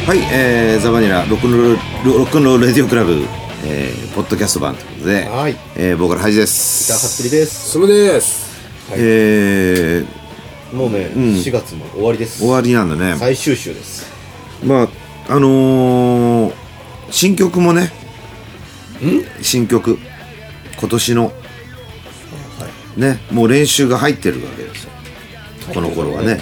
はい、ザ・バニラロックンロールレディオクラブ、ポッドキャスト版ということで、 はい、 ボーカルハジです。 ギター服部です。 すむです。 はい、もうね、4月も終わりです。 終わりなんだね。 最終週です。 まあ新曲もね、新曲今年の、ね、もう練習が入ってるわけですよ、この頃はね。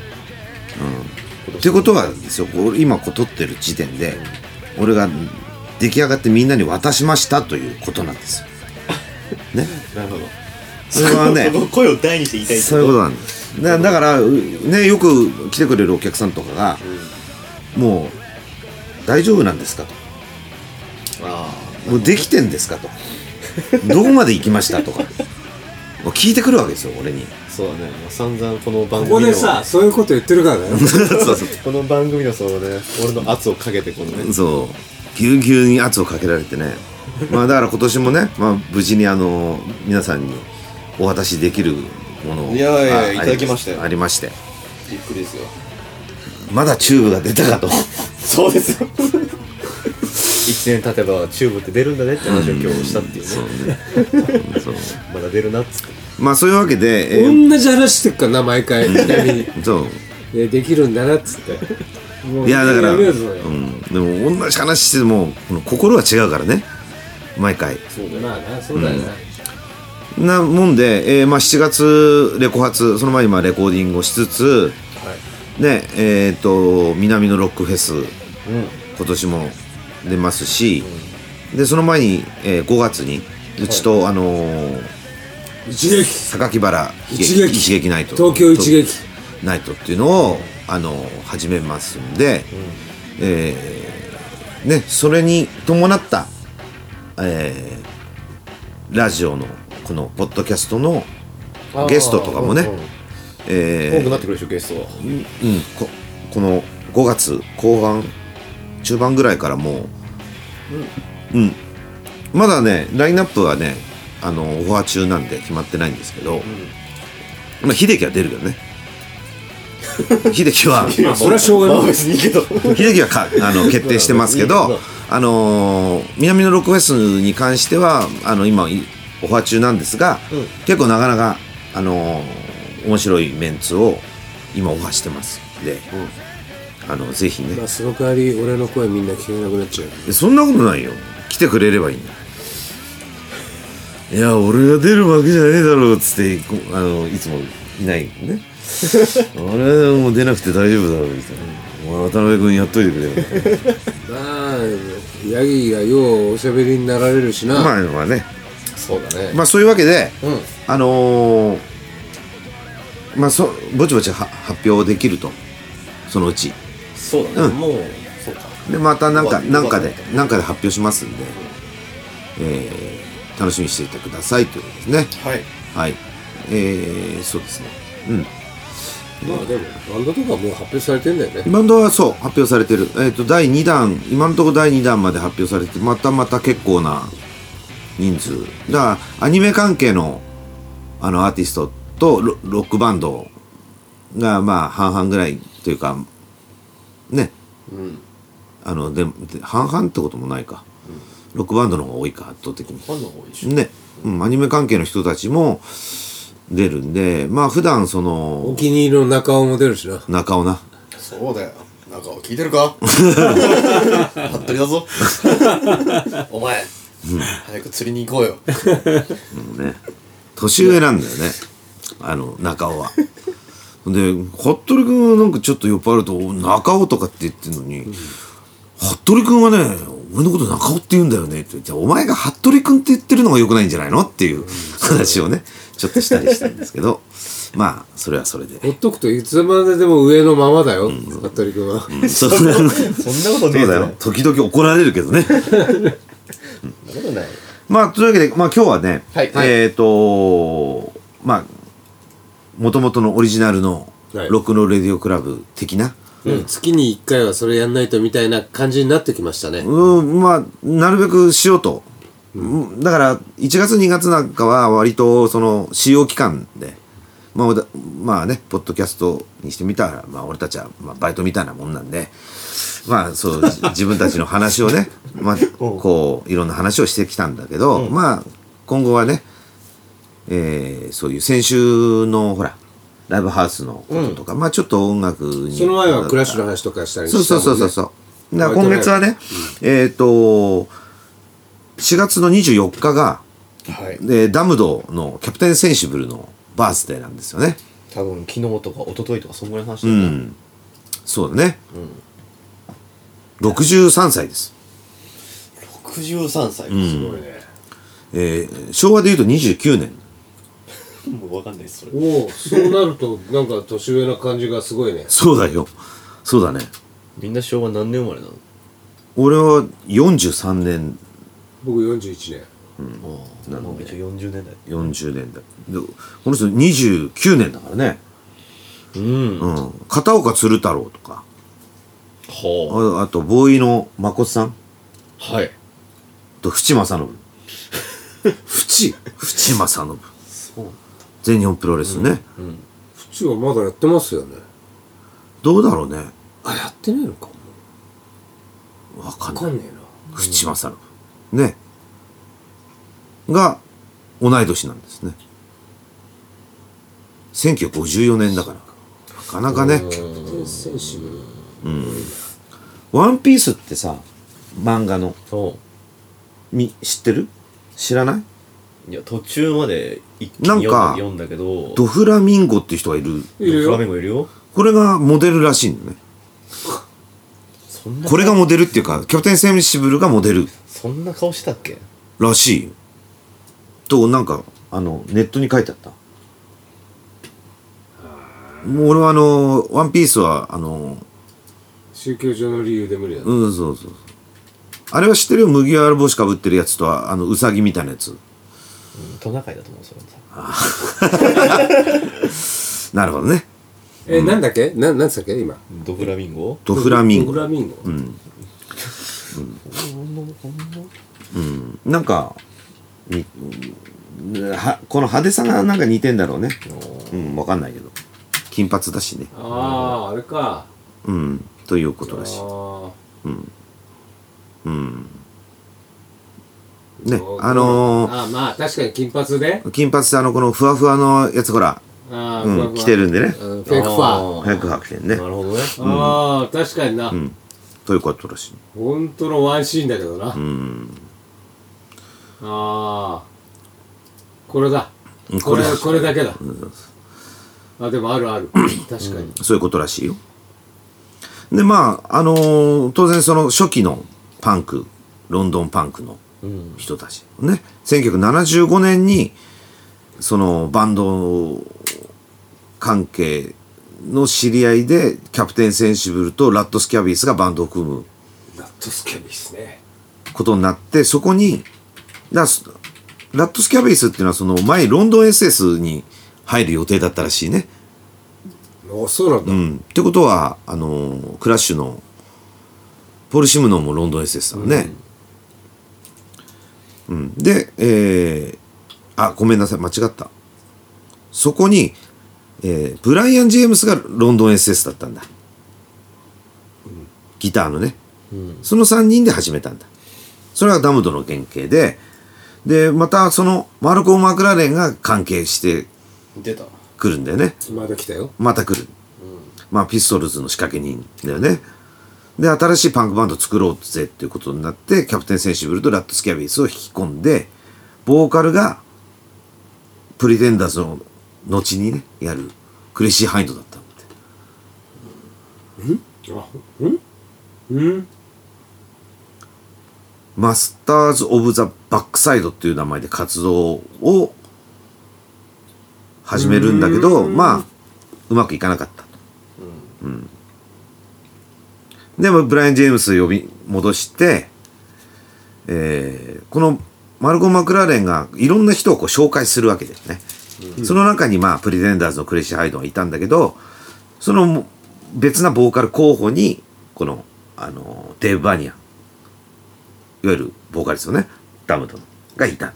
ってことはですよ、今撮ってる時点で、俺が出来上がってみんなに渡しましたということなんですよ。ね。 なるほど。 それはね、 声を大にして言いたい。 そういうことなんです。だからね、よく来てくれるお客さんとかが、もう大丈夫なんですかと。もうできてんですかと。どこまで行きましたとか。聞いてくるわけですよ、俺に。 そうだね、散々この番組ここでさ、そういうこと言ってるからね。 そうこの番組のそのね、俺の圧をかけてこのね。 そう、ぎゅうぎゅうに圧をかけられてね。まあだから今年もね、まあ無事に皆さんにお渡しできるものをいやいただきましたよ。 ありまして。 びっくりですよ。 まだチューブが出たかと。 そうですよ。1年経てばチューブって出るんだねって話を今日したっていうね。 そうまだ出るなっつって。まあそういうわけで、 同じ話してっからな、毎回。ちなみにそうできるんだなっつって。 いやだから、でも同じ話しても心は違うからね、毎回。 そうだよな、そうだよなもんで、まあ7月レコ発、その前にまあレコーディングをしつつ、ね、南のロックフェス、今年も出ますし、でその前に、5月にうちと一撃榊原一撃ナイト、 東京一撃ナイトっていうのを始めますんで、ね、それに伴った、ラジオのこのポッドキャストのゲストとかもね、 多くなってくるでしょ、ゲストは。 この5月後半中盤ぐらいからもう、まだねラインナップはねオファー中なんで決まってないんですけど、まあ秀樹は出るけどね。秀樹はそれはしょうがない。 別にいいけど。 秀樹は決定してますけど、南のロックフェスに関しては今オファー中なんですが、結構なかなか面白いメンツを今オファーしてますんで、ぜひね。 まあその代わり俺の声みんな聞けなくなっちゃう。 そんなことないよ、来てくれればいいんだ。いや俺が出るわけじゃねえだろうっつっていつもいないね。俺はもう出なくて大丈夫だろうみたいな。渡辺君やっといてくれよ。 まあヤギがようおしゃべりになられるしな。 まあね。 そうだね。 まあそういうわけで、まあぼちぼち発表できると、そのうち。 そうだね。もうそうか。 でまたなんかで発表しますんで、楽しみにしていてくださいということですね。はい。そうですね。 まあでもバンドとかもう発表されてんだよね。 バンドはそう発表されてる。第2弾、今のところ第2弾まで発表されて、また結構な人数。だからアニメ関係のアーティストとロックバンドがまあ半々ぐらいというかね。で半々ってこともないか。ロックバンドの方が多いか、圧倒的に。 ファンの方が多いでしょ。 ね、アニメ関係の人たちも出るんで、まあ普段お気に入りの中尾も出るしな。 中尾な。 そうだよ。中尾聞いてるか？服部だぞ。お前、早く釣りに行こうよ。 ね、年上なんだよね、中尾は。で服部君はなんかちょっと酔っ払うと中尾とかって言ってるのに、服部君はね俺のこと中尾って言うんだよねって言って、お前が服部君って言ってるのが良くないんじゃないのっていう話をねちょっとしたりしたんですけど、まあそれはそれでほっとくといつまででも上のままだよ、服部君は。 そんなことねえだよ。 時々怒られるけどね。 そんなことない。 まあというわけで、まあ今日はね、まあ元々のオリジナルのロックンロールレディオクラブ的な、 月に1回はそれやんないとみたいな感じになってきましたね。 まあなるべくしようと、だから1月2月なんかは割とその使用期間で、まあねポッドキャストにしてみたら、まあ俺たちはまあバイトみたいなもんなんで、 まあそう自分たちの話をね、まあ、こういろんな話をしてきたんだけど、まあ今後はね、そういう先週のほらライブハウスのこととか、まあちょっと音楽にその前はクラッシュの話とかしたりしたそうだから今月はね、4月の24日が、ダムドのキャプテンセンシブルのバースデーなんですよね。 多分昨日とか一昨日とかそんぐらいの話だよね。 そうだね。63歳です。 63歳。すごいね。 昭和でいうと29年。 もう分かんないですそれ。 おお、そうなるとなんか年上な感じがすごいね。 そうだよ。そうだね。 みんな昭和何年生まれなの？ 俺は43年。 僕41年。 なので40年代。 40年代。でこの人29年だからね。片岡鶴太郎とか。あとボーイの誠さん。 はい。 と淵正信。淵正信。全日本プロレスね。 淵はまだやってますよね。 どうだろうね。 あ、やってないのかも。 わかんねえな。 淵正信。ね。が同い年なんですね。1954年だから。なかなかね。 センシブル。 ワンピースってさ、漫画の知ってる？知らない？ いや途中まで一気に読んだけど、 ドフラミンゴっていう人がいる。 ドフラミンゴいるよ。 これがモデルらしいんだね。これがモデルっていうか、キャプテンセンシブルがモデルそんな顔してたっけ？ らしいよ。となんかネットに書いてあった。もう俺はワンピースは宗教上の理由で無理だ。 そうあれは知ってるよ。麦わら帽子かぶってるやつとはウサギみたいなやつ。 トナカイだと思うそれさ。 なるほどね。 なんだっけ？なんつったっけ今？ ドフラミンゴ？ ドフラミンゴ。 なんかこの派手さがなんか似てんだろうね。わかんないけど金髪だしね。 あれか。 ということだし。ね、 まあ確かに金髪で金髪ってこのふわふわのやつほら着てるんでね。 フェイクファー着てるね。 なるほどね。 確かにな。 ということらしい。 本当のワンシーンだけどな。これだ。これだけだ。でもある確かに。 そういうことらしいよ。でまあ当然その初期のパンク、ロンドンパンクの人たちね、1975年にそのバンド関係の知り合いでキャプテンセンシブルとラッドスキャビースがバンドを組むラッドスキャビースねことになって、そこにラッドスキャビースっていうのはその前ロンドン SS に入る予定だったらしいね。 そうなんだ。 ってことはクラッシュのポール・シムノンもロンドン SS だもんね。で、ごめんなさい間違った。そこに、ブライアン・ジェームスがロンドン SS だったんだ。ギターのね。その3人で始めたんだ。それがダムドの原型で、またそのマルコム・マクラーレンが関係してくるんだよね。 また来たよ。 また来る。まあピストルズの仕掛け人だよね。で新しいパンクバンド作ろうぜっていうことになってキャプテンセンシブルとラッドスキャビースを引き込んで、ボーカルがプリテンダーズの後にねやるクレイシーハインドだったんで。マスターズ・オブ・ザ・バックサイドっていう名前で活動を始めるんだけど、まあうまくいかなかったと。でもブライアン・ジェームス呼び戻して、このマルコム・マクラーレンがいろんな人をこう紹介するわけですね。その中にまあプリテンダーズのクレイシーハイドがいたんだけど、その別なボーカル候補にこのデーブ・バニアン、いわゆるボーカリストね、ダムドがいた。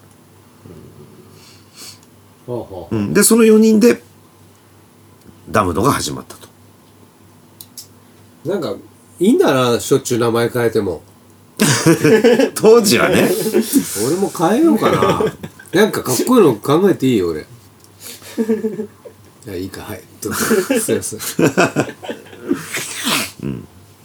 でその4人でダムドが始まったと。 なんかいいんだな、しょっちゅう名前変えても。 当時はね俺も変えようかな。なんかかっこいいの考えていいよ俺。いやいいか、はいどうぞ。すいません。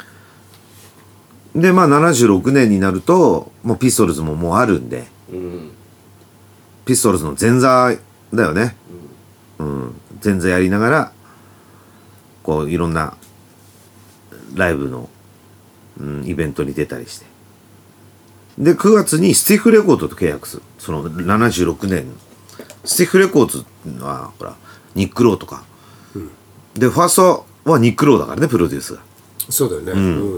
でまあ76年になるともうピストルズももうあるんで、ピストルズの前座だよね、前座やりながらこういろんなライブの、イベントに出たりして、で9月にスティッフレコードと契約する。その76年スティッフレコードっていうのはほらニック・ローとか、でファーストはニック・ローだからね、プロデュースが。 そうだよね、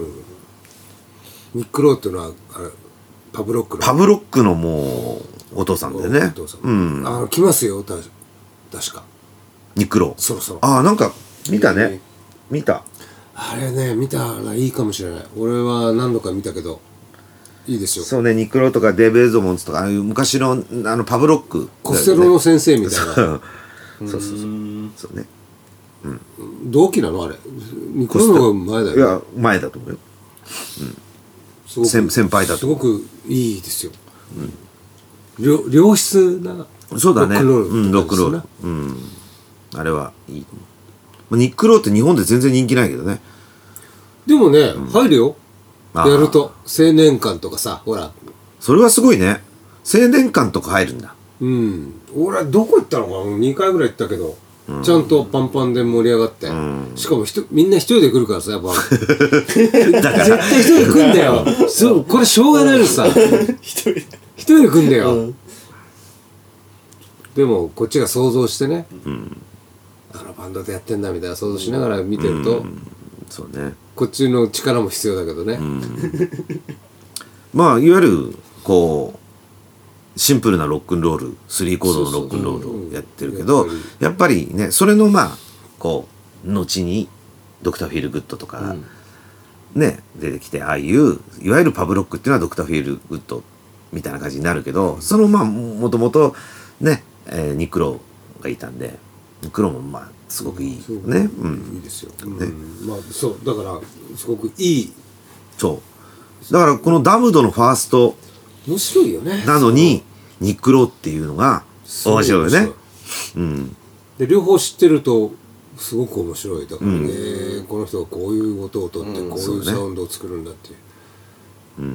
ニック・ローっていうのはあれパブロックのもうお父さんでね。 お父さん、来ますよ確かニック・ローそろそろ。 なんか見たね、見た。 あれね見たらいいかもしれない。俺は何度か見たけどいいですよ。 そうね、ニック・ローとかデーブ・エドモンズとかああいう昔のパブロック、 コステロの先生みたいな。 そうね。 同期なのあれ。ニック・ローの方が前だよね。 いや前だと思うよ。先輩だとすごくいいですよ。良質なそうだね、 ロックンロール、 ロックンロール、あれはいい。ニック・ローって日本で全然人気ないけどね。 でもね、入るよやると。青年館とかさ、ほらそれはすごいね。青年館とか入るんだ。 俺はどこ行ったのかな、2回ぐらい行ったけど、ちゃんとパンパンで盛り上がって、しかもみんな一人で来るからさ、やっぱ絶対一人で来んだよ。そうこれしょうがないのさ。一人で来んだよ、でもこっちが想像してね、バンドでやってんだみたいな想像しながら見てると、 そうね、 こっちの力も必要だけどね、 まあいわゆるこうシンプルなロックンロール、3コードのロックンロールをやってるけど、やっぱりね、それのまあこう後にドクター・フィール・グッドとかね、出てきて、ああいういわゆるパブロックっていうのはドクター・フィール・グッドみたいな感じになるけど、そのまあもともとね、ニック・ローがいたんで、ニック・ローもまあすごくいいよね。 いいですよ、まあそうだからすごくいい。 そうだからこのダムドのファースト面白いよね。 なのにニック・ローっていうのが面白いよね。 で両方知ってるとすごく面白い。だからね、この人がこういう音を取ってこういうサウンドを作るんだっていう。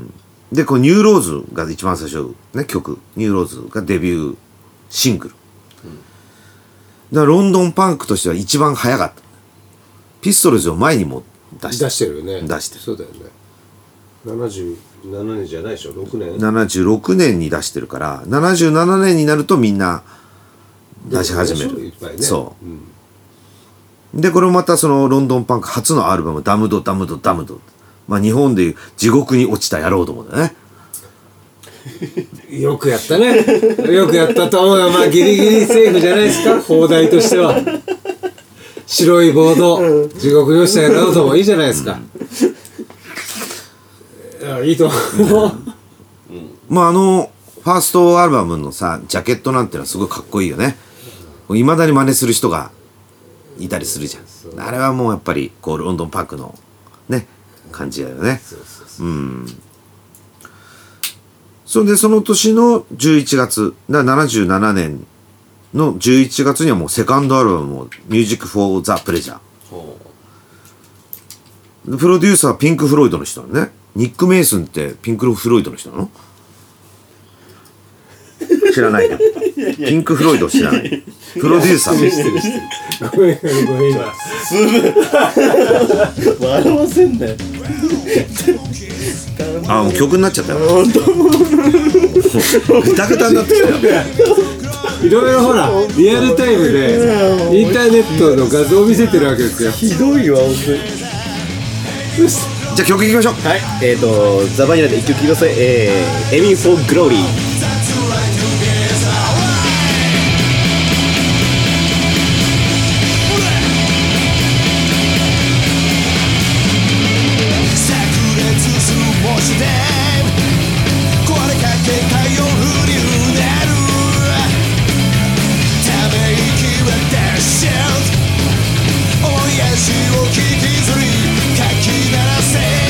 でこうニューローズが一番最初ね、曲ニューローズがデビューシングル、だからロンドンパンクとしては一番早かった。ピストルズを前にも出してるよね。 出してる。 そうだよね。77年じゃないでしょ、6年 76年に出してるから、77年になるとみんな出し始める。 いっぱいね。 そう、でこれもまたそのロンドンパンク初のアルバムダムドダムドダムド、まあ日本でいう地獄に落ちた野郎どもだね。 よくやったね。よくやったと思うよ。まあギリギリセーフじゃないですか、放題としては。白いボード、地獄に落ちた野郎どもいいじゃないですか。いや、いいと思う。 まあファーストアルバムのさジャケットなんてのはすごいかっこいいよね。いまだに真似する人がいたりするじゃん。あれはもうやっぱりこうロンドンパンクのね感じだよね。それでその年の11月だから77年の11月にはもうセカンドアルバムもミュージック・フォー・ザ・プレジャー。プロデューサーはピンク・フロイドの人なのね。ニック・メイスンってピンク・フロイドの人なの？知らないけど。ピンク・フロイド知らない。プロデューサー。 ごめん今笑わせんなよ。 もう曲になっちゃったよ。グタグタになってきたよ。 いろいろほらリアルタイムでインターネットの画像を見せてるわけですよ。 ひどいわ本当に。 じゃあ曲いきましょう。 はい、ザ・バニラで一曲聴いてください。エミン・フォー・グローリー。思い足を引きずりかき鳴らせ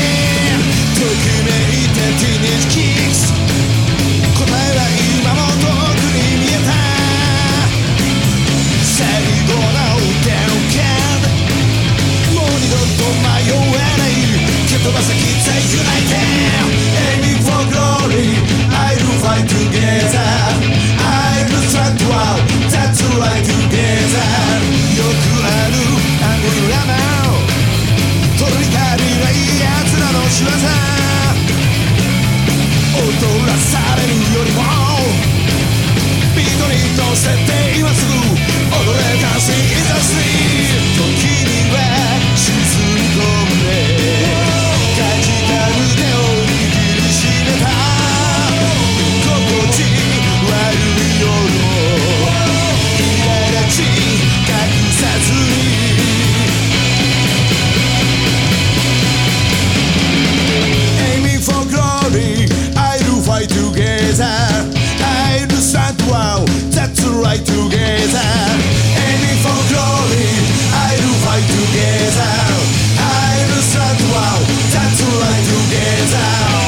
れるよりもビートに乗せて今すぐ踊れダンシングインダストリー時には沈み込んで感じた腕を握りしめた心地悪い夜も苛立ち隠さずにAiming for glory I'll fight together I'll stand wow That's right together Aiming for glory I'll fight together I'll stand wow That's right together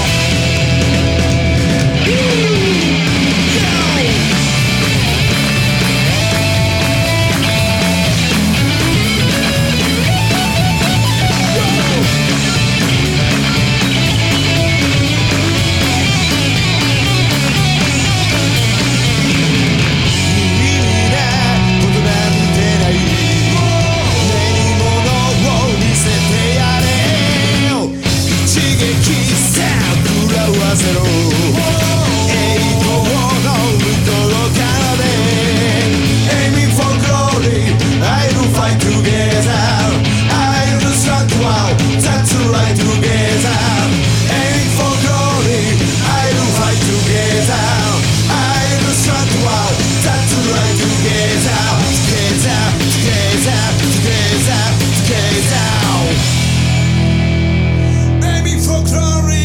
Aiming for glory, I'll fight together. I'll stand wow, that's right together. Aiming for glory, I'll fight together. I'll stand wow, that's right together. Together, together, together, together. Aiming for glory.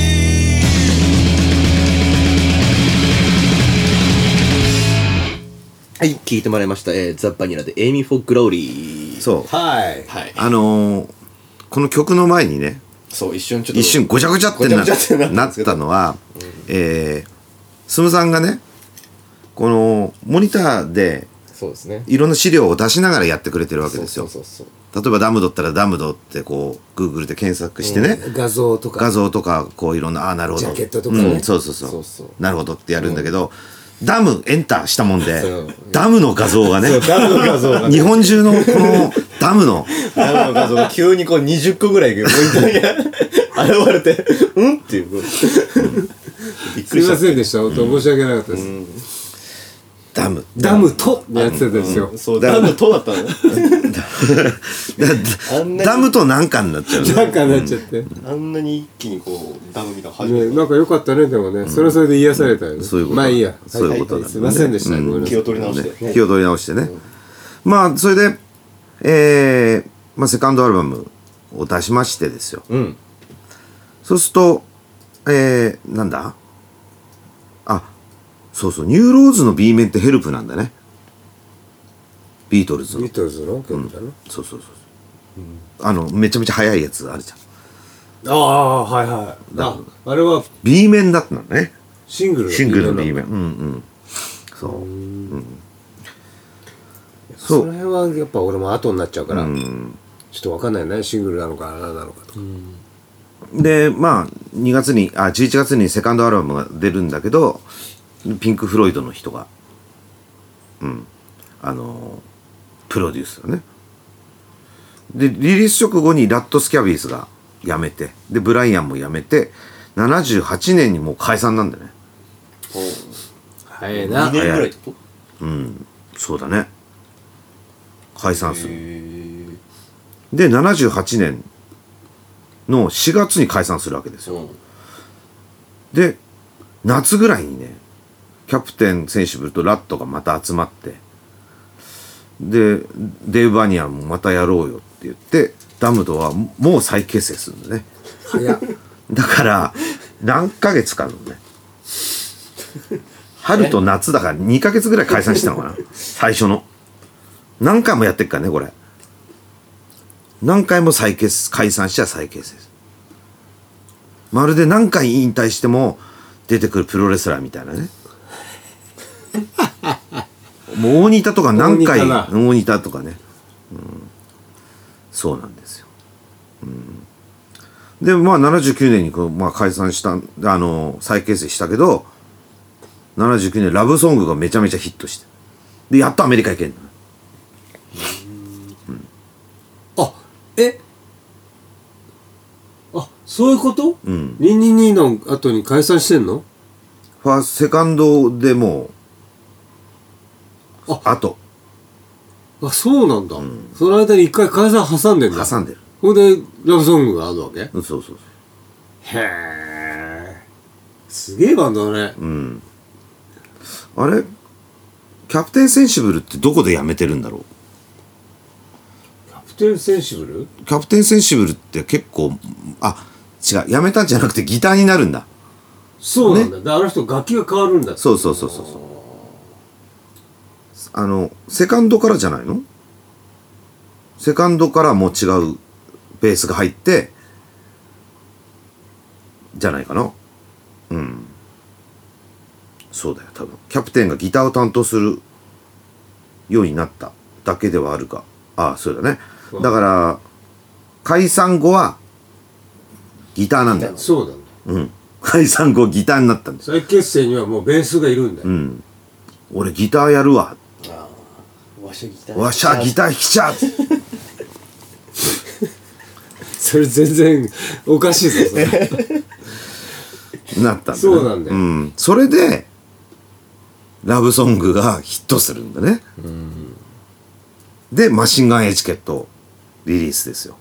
はい、聞いてもらいました。ザ・バニラで Aiming for Glory。 そうはいはい。 この曲の前にねそう、一瞬ちょっと。 一瞬ごちゃごちゃってごちゃごちゃってなったんなっですけどたのは、スムさんがねこのモニターでそうですね。 いろんな資料を出しながらやってくれてるわけですよ。 そうそうそう。 例えばダムドったらダムドってこう Google で検索してね、 画像とか画像とかこういろんななるほどジャケットとかねそうそうそうそうそうなるほどってやるんだけど、ダムエンターしたもんでそうダムの画像がねダムの画像がね日本中のこのダムのダムの画像が急にこう20個ぐらいモニターに現れて、うんっていう。びっすいませんでした本当申し訳なかったですダムダムとやってたんですよそう、ダムとだったのね。あんなにダムとなんかになっちゃうねなんかなっちゃってあんなに一気にこう、ダムみたいなの初めて。 ねなんか良かったねでもねそれはそれで癒されたよねそういうことまあいいやそういうことなんだねすいませんでしたごめんなさい気を取り直して。 ね気を取り直してね、まあそれでまあセカンドアルバムを出しましてですよ。 うん。 そうするとなんだそうそうニューローズの B 面ってヘルプなんだね。ビートルズのビートルズの曲だなそうそうそう、めちゃめちゃ速いやつあるじゃん。 ああはいはいあれは B 面だったのね。 シングルシングルの B 面そうその辺はやっぱ俺も後になっちゃうからちょっと分かんないねシングルなのか何なのかとかでまあ11月にセカンドアルバムが出るんだけどピンク・フロイドの人がプロデュースだね。でリリース直後にラッドスキャビーズが辞めてでブライアンも辞めて78年にもう解散なんだよね。 早いな 2年ぐらいってこと？ そうだね解散する。 へで78年の4月に解散するわけですよ。で夏ぐらいにねキャプテンセンシブルとラットがまた集まってでデーブ・バニアンもまたやろうよって言ってダムドはもう再結成するんだね。 早っだから何ヶ月かのね春と夏だから2ヶ月ぐらい解散したのかな最初の何回もやってっからねこれ何回も解散しちゃ再結成です。まるで何回引退しても出てくるプロレスラーみたいなねもう大仁田とか何回大仁田とかね、そうなんですよ、でまあ79年に解散した再結成したけど79年ラブソングがめちゃめちゃヒットしてでやっとアメリカ行けんの。 そういうこと？222の後に解散してんの？ セカンドでもうあとあ、そうなんだ、その間に一回解散挟んでんだ。 挟んでる。 ほんでラブソングがあるわけ。へそうそうそう。 え、すげえバンドだね。 あれキャプテンセンシブルってどこでやめてるんだろう。 キャプテンセンシブル。 キャプテンセンシブルって結構違う、やめたんじゃなくてギターになるんだ。 そうなんだ、ね、であの人楽器が変わるんだって。 そうセカンドからじゃないの。セカンドからもう違うベースが入ってじゃないかな。そうだよ、多分キャプテンがギターを担当するようになっただけではあるが、そうだね。だから解散後はギターなんだよ。 そうなんだ。 解散後ギターになったんです。 再結成にはもうベースがいるんだよ。 俺ギターやるわ。 わしゃギター。 わしゃギター弾きちゃう。 それ全然おかしいぞそれ。 なったんだ、ね。 そうなんだよ。 それでラブソングがヒットするんだね。でマシンガンエチケットリリースですよ。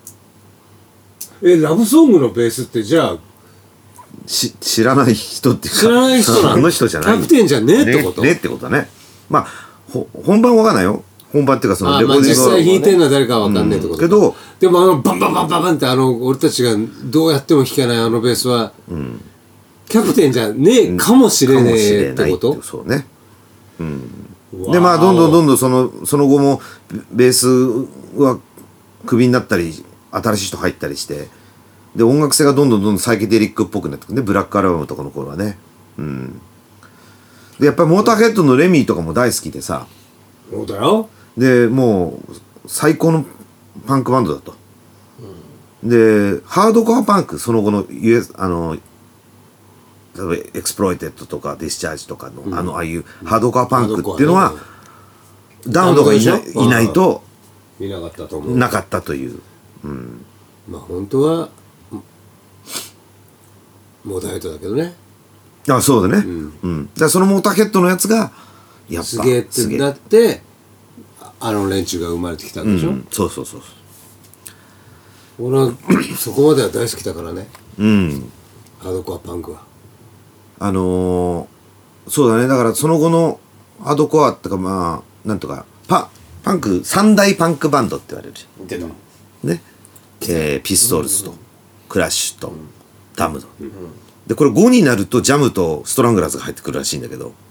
ラブソングのベースってじゃあ知らない人っていうか、 知らない人なの。 あの人じゃない。 キャプテンじゃねえってこと。 ねってことだね。まあ本番わかんないよ。本番っていうかそのレコーディング実際弾いてるのは誰かわかんないってことけど、 でもバンバンバンバンバンって俺たちがどうやっても弾けないあのベースは、キャプテンじゃねえかもしれねえってこと。 そうね。でまあどんどんその後もベースはクビになったり新しい人入ったりして、で音楽性がどんどんサイケデリックっぽくなってくるね。ブラックアルバムとかの頃はね。でやっぱりモーターヘッドのレミーとかも大好きでさ。 そうだよ。 でもう最高のパンクバンドだと。でハードコアパンク、その後の例えばエクスプロイテッドとかディスチャージとかの、ああいうハードコアパンクっていうのは、ダウンドがいないといなかったと思う。 なかったという。 まあ本当はモーターヘッドだけどね。 そうだね。だからそのモーターヘッドのやつがやっぱすげえってなってあの連中が生まれてきたんでしょ。 そう俺はそこまでは大好きだからね。ハードコアパンクはそうだね。だからその後のハードコアってか、まあなんとかパンク三大パンクバンドって言われるじゃん。 出た。 ね、ピストルズとクラッシュとダムド、でこれ5になるとジャムとストラングラーズが入ってくるらしいんだけど、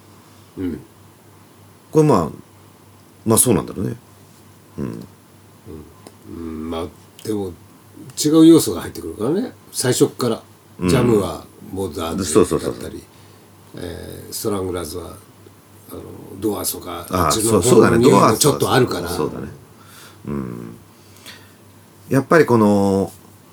これまあそうなんだろうね。 まあでも違う要素が入ってくるからね、最初からジャムはモダーンだったり、ストラングラーズはドアとかあっちの方の匂いもちょっとあるから。 そうだね。やっぱりこの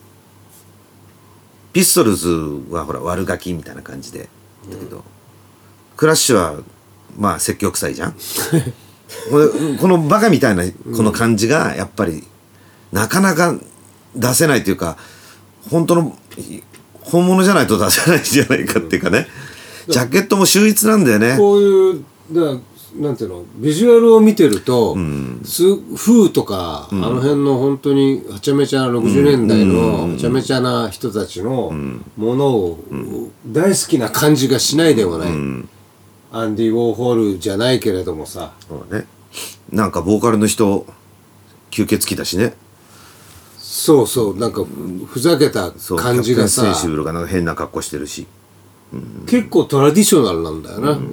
ピストルズはほら悪ガキみたいな感じでだけど、クラッシュはまあ説教臭いじゃん。このバカみたいなこの感じがやっぱりなかなか出せないというか、本物じゃないと出せないんじゃないかっていうかね。ジャケットも秀逸なんだよね。 こういうなんていうの、ビジュアルを見てると、フーとか、あの辺の本当にはちゃめちゃ60年代のはちゃめちゃな人たちのものを大好きな感じがしないではない。アンディ・ウォーホルじゃないけれどもさ。 そうね。なんかボーカルの人吸血鬼だしね。 そうなんかふざけた感じがさ。 センシブルがなんか変な格好してるし。 結構トラディショナルなんだよな。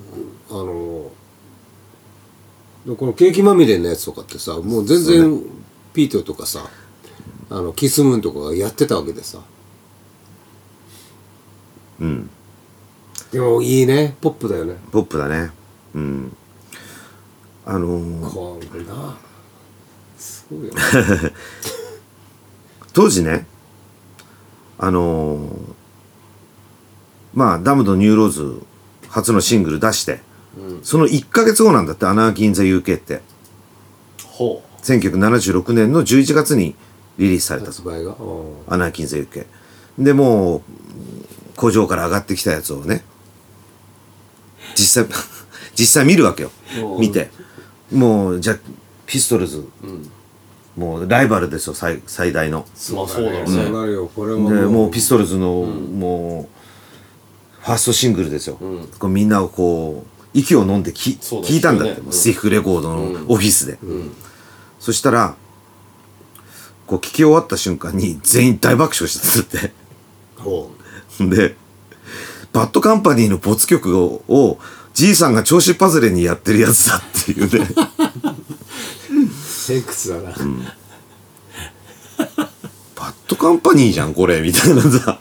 このケーキまみれのやつとかってさ、もう全然ピートとかさ、キスムーンとかがやってたわけでさ。でもいいね、ポップだよね。 ポップだね。 これな、すごいよね。 当時ね、まあダムとニューローズ初のシングル出して、その1ヶ月後なんだって、アナーキー・イン・ザ・ UK って。1976年の11月にリリースされた発売がアナーキー・イン・ザ・ UK で、もう工場から上がってきたやつをね実際見るわけよ。見てもうじゃあピストルズ、もうライバルですよ、最大の。 そうだね。 そうなるよこれはでもうピストルズの、もうファーストシングルですよ、こうみんなをこう息を飲んでそうだ聞いたんだって、 ねスティックレコードのオフィスで、そしたらこう聞き終わった瞬間に全員大爆笑してたってほでバッドカンパニーの没曲をじいさんが調子パズレにやってるやつだっていうね偏屈だな、 バッドカンパニーじゃんこれみたいなさ、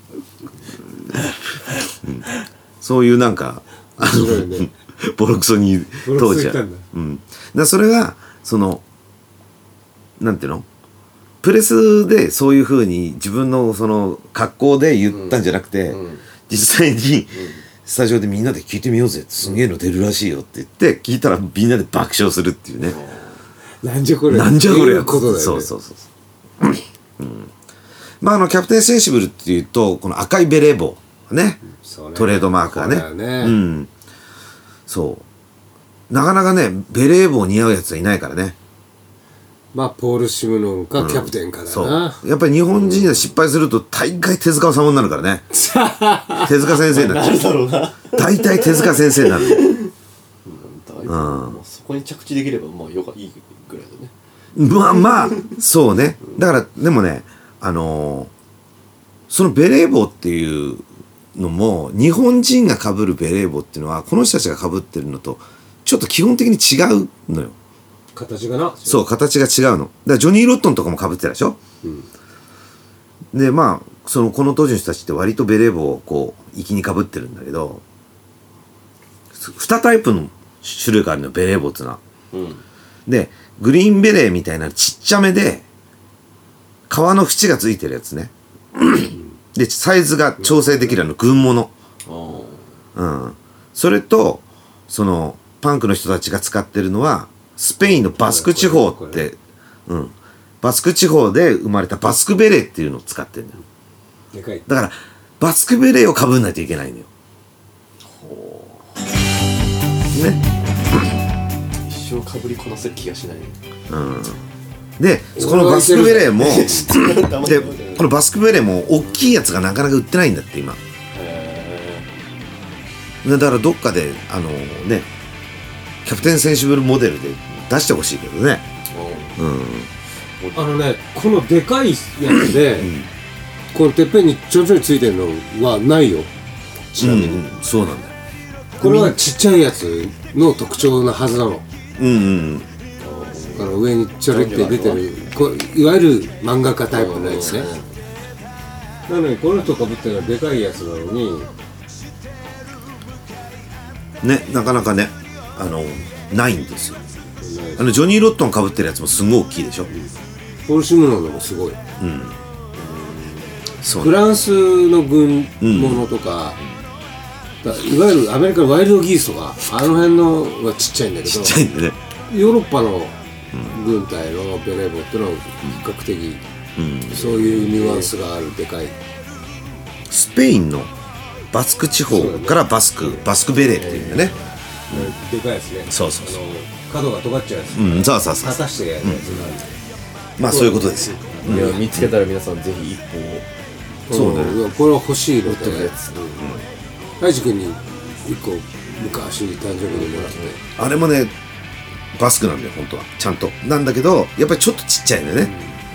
そういうなんか面白いねボロクソに当時は、 ボロクソ言ったんだだそれがそのなんていうのプレスでそういう風に自分のその格好で言ったんじゃなくて、実際にスタジオでみんなで聞いてみようぜって、すげえの出るらしいよって言って聞いたらみんなで爆笑するっていうね。 なんじゃこれなんじゃこれっていうことだよね。 そう、まあキャプテンセンシブルっていうとこの赤いベレー帽ね、 そうねトレードマークがね、 これはねそうなかなかねベレー帽似合うやつはいないからね。 まあポール・シムノンかキャプテンかだそうな、 やっぱり日本人が失敗すると大概手塚治虫になるからね手塚先生になっちゃう。 だろうな。 大体手塚先生になるもうそこに着地できればまあいいぐらいだね。 まあそうね。だからでもねそのベレー帽っていうのも日本人が被るベレー帽っていうのはこの人たちが被ってるのとちょっと基本的に違うのよ。 形がなそう形が違うの。だからジョニー・ロットンとかも被ってたでしょ、でまあこの当時の人たちって割とベレー帽をこう粋に被ってるんだけど、2タイプの種類があるのよベレー帽っていうのは。でグリーンベレーみたいなちっちゃめで皮の縁がついてるやつねでサイズが調整できる軍物、それとそのパンクの人たちが使ってるのはスペインのバスク地方って、バスク地方で生まれたバスクベレーっていうのを使ってるんだよ。 でかい。 だからバスクベレーをかぶんないといけないのよ。ね。 一生かぶりこなせる気がしない。 でこのバスクベレーもででこのバスクベレーも大きいやつがなかなか売ってないんだって今。だからどっかでねキャプテンセンシブルモデルで出してほしいけどね。 このでかいやつで、このてっぺんにちょんちょんついてるのはないよちなみに、 そうなんだよ。 これはちっちゃいやつの特徴なはずなの。上にちょろって出てるいわゆる漫画家タイプのやつね。なのにこの人かぶってるのはでかいやつなのにね、なかなかねないんですよ。ジョニー・ロットンかぶってるやつもすごい大きいでしょ。 ポール・シムノンのもすごい。 そうフランスの軍物とか、いわゆるアメリカのワイルドギースとかあの辺のはちっちゃいんだけど、 ちっちゃいんだね。 ヨーロッパの軍隊のベレー帽ってのは比較的、そういうニュアンスがあるでかい。 スペインのバスク地方からバスクベレーっていうんだね。 でかいやつね。 そう角が尖っちゃうやつ。 そう立たしてやるやつがある。 まあそういうことですよ。 いや見つけたら皆さんぜひ一本を。 そうね。これは欲しいので。 やつ。 ハイジ君に一個昔に誕生日にもらって。 あれもねバスクなんだよ本当はちゃんとなんだけどやっぱりちょっとちっちゃいんだよね。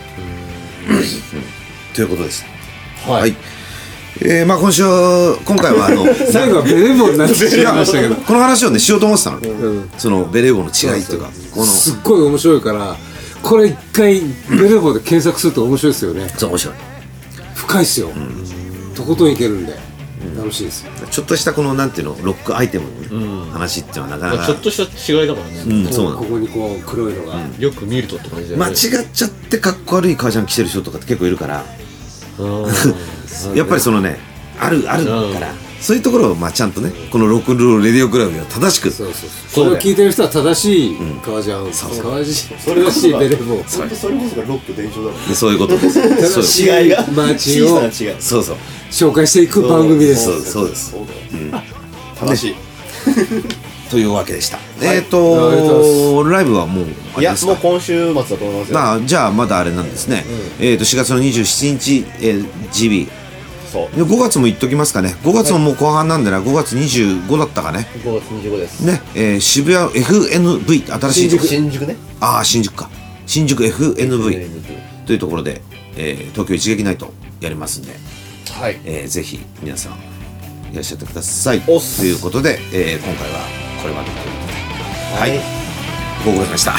ということです。はい。まあ今回は最後はベレー帽になってしまいましたけどこの話をねしようと思ってたの、そのベレー帽の違いっていうかすっごい面白いからこれ一回ベレー帽で検索すると面白いですよね。 そう面白い深いっすよ、とことんいけるんで楽しいですよ。 ちょっとしたこのなんていうのロックアイテムの話っていうのはなかなかちょっとした違いだからね。 そうなの。 ここにこう黒いのがよく見るとって感じだよね。 間違っちゃってかっこ悪い革ジャン着てる人とかって結構いるからやっぱりそのねあるからそういうところをまあちゃんとねこのロックンロールレディオクラブでは正しくこれを聞いてる人は正しい革ジャン正しいベレー帽それこそがロック伝承だもんね。 そういうことです。 正しい街をそう紹介していく番組です。 そうです。 正しいというわけでした。 はいライブはもうあいやれですか。 もう今週末だと思いますよ。 じゃあまだあれなんですね。4月の27日、GB。 そうで5月も言っときますかね。5月ももう後半なんでな、5月25だったかね。 5月25ですね、渋谷 FNV って新しい新宿ね。 新宿か。新宿 FNV というところで、東京一撃ナイトやりますんで、 はいぜひ皆さんいらっしゃってください。 おっすということで、今回はこれまでということで、はい、ご苦労様でした。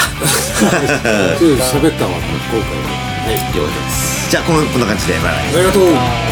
そう喋ったわ今回は。 了解です。じゃあこんな感じでバイバイ。 ありがとう。